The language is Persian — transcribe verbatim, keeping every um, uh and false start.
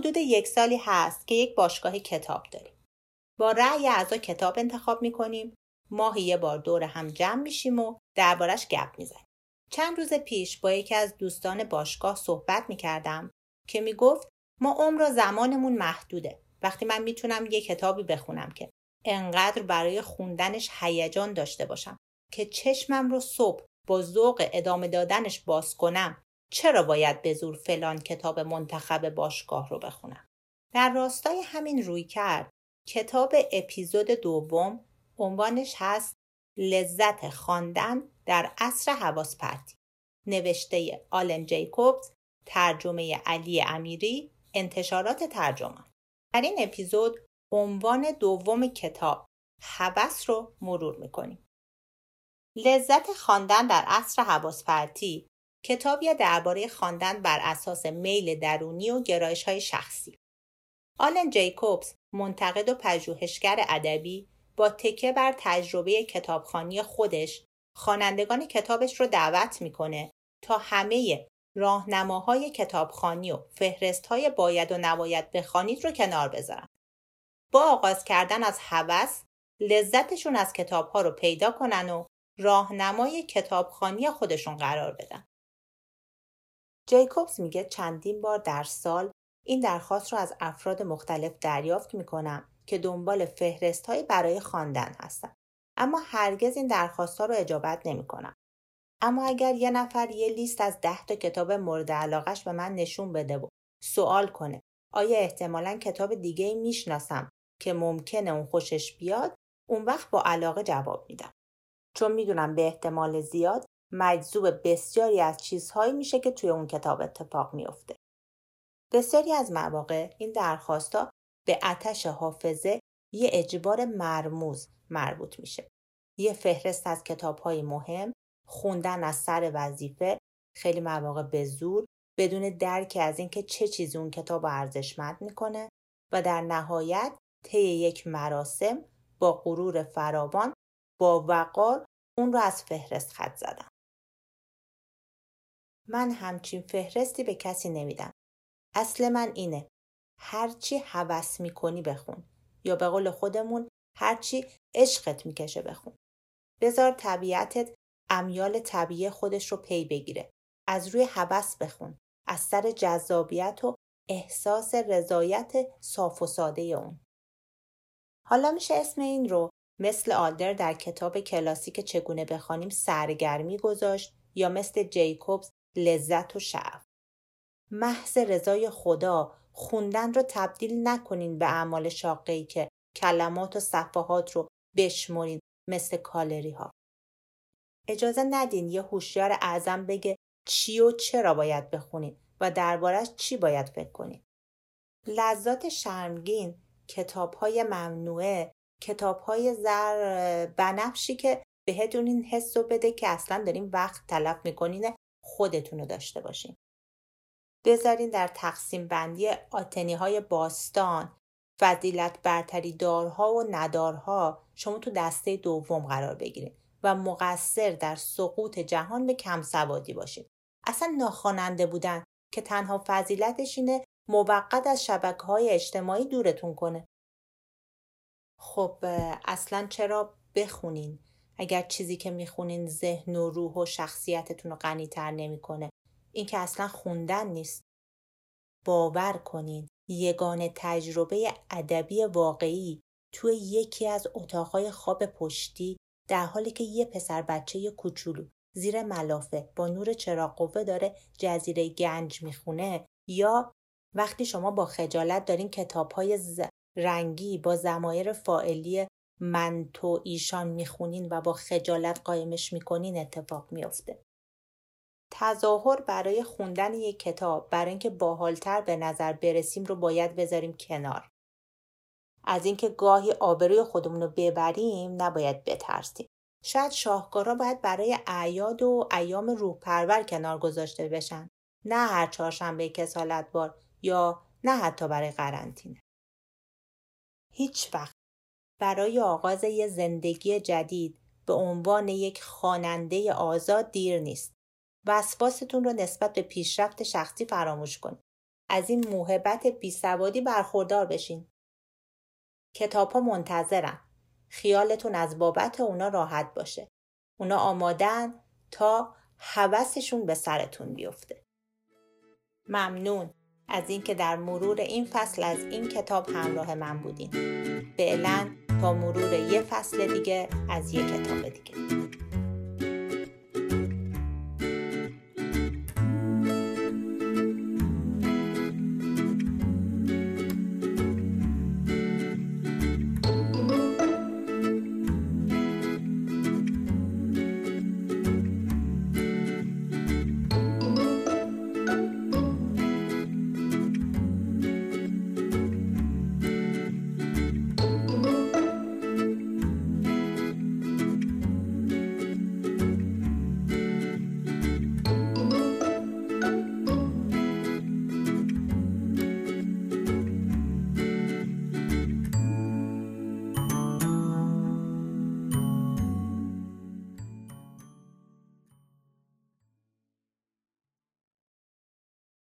حدود یک سالی هست که یک باشگاه کتاب داریم. با رأی اعضا کتاب انتخاب میکنیم. ماهی یه بار دور هم جمع میشیم و دربارش گپ میزنیم. چند روز پیش با یکی از دوستان باشگاه صحبت میکردم که میگفت ما عمر و زمانمون محدوده. وقتی من میتونم یه کتابی بخونم که انقدر برای خوندنش هیجان داشته باشم که چشمم رو صبح با ذوق ادامه دادنش باز کنم، چرا باید به زور فلان کتاب منتخب باشگاه رو بخونم؟ در راستای همین رویکرد کتاب اپیزود دوم عنوانش هست لذت خواندن در عصر حواس پرتی، نوشته آلن جیکوبز، ترجمه علی امیری، انتشارات ترجمان. در این اپیزود عنوان دوم کتاب هوس رو مرور میکنیم. لذت خواندن در عصر حواس پرتی کتابی درباره خواندن بر اساس میل درونی و گرایش‌های شخصی. آلن جیکوبز، منتقد و پژوهشگر ادبی، با تکیه بر تجربه کتابخوانی خودش، خوانندگان کتابش رو دعوت میکنه تا همه راهنماهای کتابخوانی و فهرست‌های باید و نباید بخوانید رو کنار بذارن. با آغاز کردن از هوس، لذتشون از کتاب‌ها رو پیدا کنن و راهنمای کتابخوانی خودشون قرار بدن. جیکوبز میگه چندین بار در سال این درخواست رو از افراد مختلف دریافت میکنم که دنبال فهرست‌های برای خواندن هستن، اما هرگز این درخواست‌ها رو اجابت نمیکنم. اما اگر یه نفر یه لیست از ده تا کتاب مورد علاقش به من نشون بده و سوال کنه آیا احتمالاً کتاب دیگه‌ای میشناسم که ممکنه اون خوشش بیاد، اون وقت با علاقه جواب میدم. چون میدونم به احتمال زیاد مجذوب بسیاری از چیزهایی میشه که توی اون کتاب اتفاق میفته. بسیاری از مواقع این درخواستا به آتش حافظه یه اجبار مرموز مربوط میشه. یه فهرست از کتاب‌های مهم، خوندن از سر وظیفه، خیلی مواقع به زور، بدون درک از اینکه چه چیزی اون کتاب رو ارزشمند میکنه و در نهایت طی یک مراسم با غرور فراوان با وقار اون رو از فهرست خط زدن. من همچین فهرستی به کسی نمیدم. اصل من اینه هرچی هوس میکنی بخون، یا به قول خودمون هرچی عشقت میکشه بخون. بذار طبیعتت امیال طبیعی خودش رو پی بگیره. از روی هوس بخون، از سر جذابیت و احساس رضایت صاف و ساده اون. حالا میشه اسم این رو مثل آلدر در کتاب کلاسیک چگونه بخوانیم سرگرمی گذاشت، یا مثل جیکوبز لذت و شعف. محض رضای خدا خوندن رو تبدیل نکنین به اعمال شاقه‌ای که کلمات و صفحات رو بشمرین مثل کالری ها. اجازه ندین یه هوشیار اعظم بگه چی و چرا باید بخونین و دربارش چی باید فکر کنین. لذات شرمگین، کتاب‌های ممنوعه، کتاب‌های زر بنفشی که بهتون این حس رو بده که اصلا دارین وقت تلف میکنین خودتون رو داشته باشین. بذارین در تقسیم بندی آتنی‌های باستان فضیلت برتری دارها و ندارها شما تو دسته دوم قرار بگیرین و مقصر در سقوط جهان به کم سوادی باشین. اصلا ناخواننده بودن که تنها فضیلتش اینه موقت از شبکه‌های اجتماعی دورتون کنه. خب اصلا چرا بخونین اگر چیزی که میخونین ذهن و روح و شخصیتتون رو غنی‌تر نمی‌کنه؟ این که اصلا خوندن نیست. باور کنین یگانه تجربه ادبی واقعی توی یکی از اتاقهای خواب پشتی در حالی که یه پسر بچه کوچولو زیر ملافه با نور چراغ قوه داره جزیره گنج میخونه، یا وقتی شما با خجالت دارین کتاب‌های ز... رنگی با ضمایر فاعلی من تو ایشان میخونین و با خجالت قایمش میکنین اتفاق میفته. تظاهر برای خوندن یک کتاب برای اینکه باحال‌تر به نظر برسیم رو باید بذاریم کنار. از اینکه گاهی آبروی خودمون رو ببریم نباید بترسیم. شاید شاهکارها باید برای اعیاد و ایام روح پرور کنار گذاشته بشن، نه هر چهارشنبه کسالت‌بار یا نه حتی برای قرنطینه. هیچ وقت برای آغاز یه زندگی جدید به عنوان یک خواننده آزاد دیر نیست. وسواستون رو نسبت به پیشرفت شخصی فراموش کنید. از این موهبت بیسوادی برخوردار بشین. کتاب ها منتظرن. خیالتون از بابت اونا راحت باشه. اونا آمادن تا هوسشون به سرتون بیفته. ممنون از اینکه در مرور این فصل از این کتاب همراه من بودین. فعلا تا مرور یه فصل دیگه از یه کتاب دیگه.